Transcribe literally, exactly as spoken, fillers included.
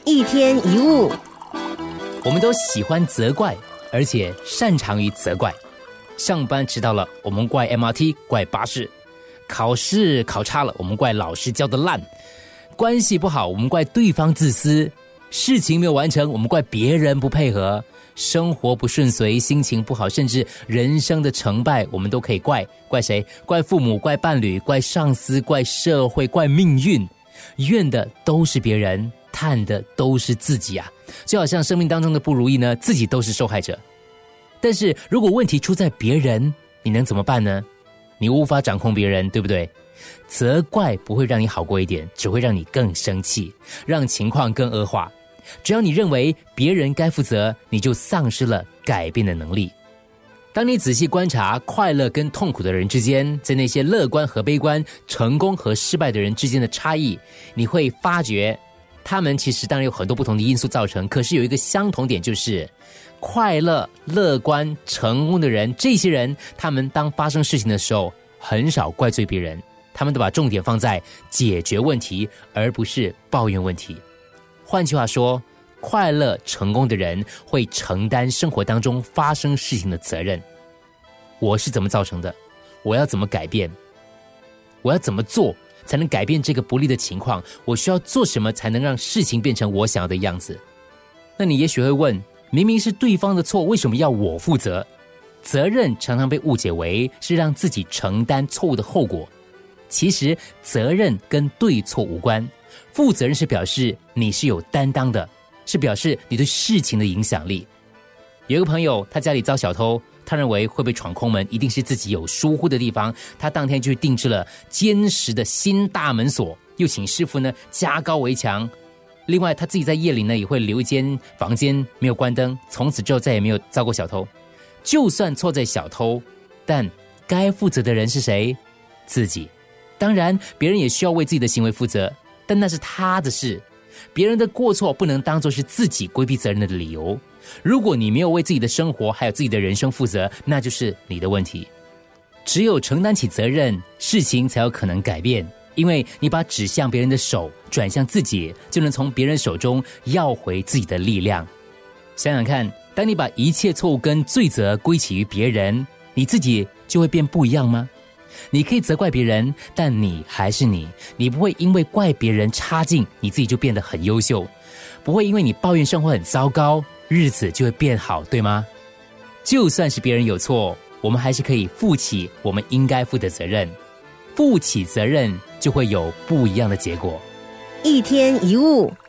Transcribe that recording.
一天一物。 我们都喜欢责怪，而且擅长于责怪。上班迟到了，我们怪 M R T， 怪巴士；考试考差了，我们怪老师教的烂；关系不好，我们怪对方自私；事情没有完成，我们怪别人不配合；生活不顺遂，心情不好，甚至人生的成败，我们都可以怪。怪谁？怪父母，怪伴侣，怪上司，怪社会，怪命运。怨的都是别人，叹的都是自己啊！就好像生命当中的不如意呢，自己都是受害者。但是如果问题出在别人，你能怎么办呢？你无法掌控别人，对不对？责怪不会让你好过一点，只会让你更生气，让情况更恶化。只要你认为别人该负责，你就丧失了改变的能力。当你仔细观察快乐跟痛苦的人之间，在那些乐观和悲观、成功和失败的人之间的差异，你会发觉他们其实当然有很多不同的因素造成，可是有一个相同点，就是快乐、乐观、成功的人，这些人他们当发生事情的时候很少怪罪别人，他们都把重点放在解决问题，而不是抱怨问题。换句话说，快乐成功的人会承担生活当中发生事情的责任。我是怎么造成的？我要怎么改变？我要怎么做才能改变这个不利的情况？我需要做什么才能让事情变成我想要的样子？那你也许会问，明明是对方的错，为什么要我负责？责任常常被误解为是让自己承担错误的后果。其实责任跟对错无关，负责任是表示你是有担当的，是表示你对事情的影响力。有一个朋友，他家里遭小偷，他认为会被闯空门一定是自己有疏忽的地方，他当天就定制了坚实的新大门锁，又请师傅呢加高围墙。另外他自己在夜里呢也会留一间房间没有关灯，从此之后再也没有遭过小偷。就算错在小偷，但该负责的人是谁？自己。当然别人也需要为自己的行为负责，但那是他的事。别人的过错不能当作是自己规避责任的理由。如果你没有为自己的生活还有自己的人生负责，那就是你的问题。只有承担起责任，事情才有可能改变，因为你把指向别人的手转向自己，就能从别人手中要回自己的力量。想想看，当你把一切错误跟罪责归起于别人，你自己就会变不一样吗？你可以责怪别人，但你还是你，你不会因为怪别人差劲，你自己就变得很优秀，不会因为你抱怨生活很糟糕，日子就会变好，对吗？就算是别人有错，我们还是可以负起我们应该负的责任，负起责任就会有不一样的结果。 一天一物。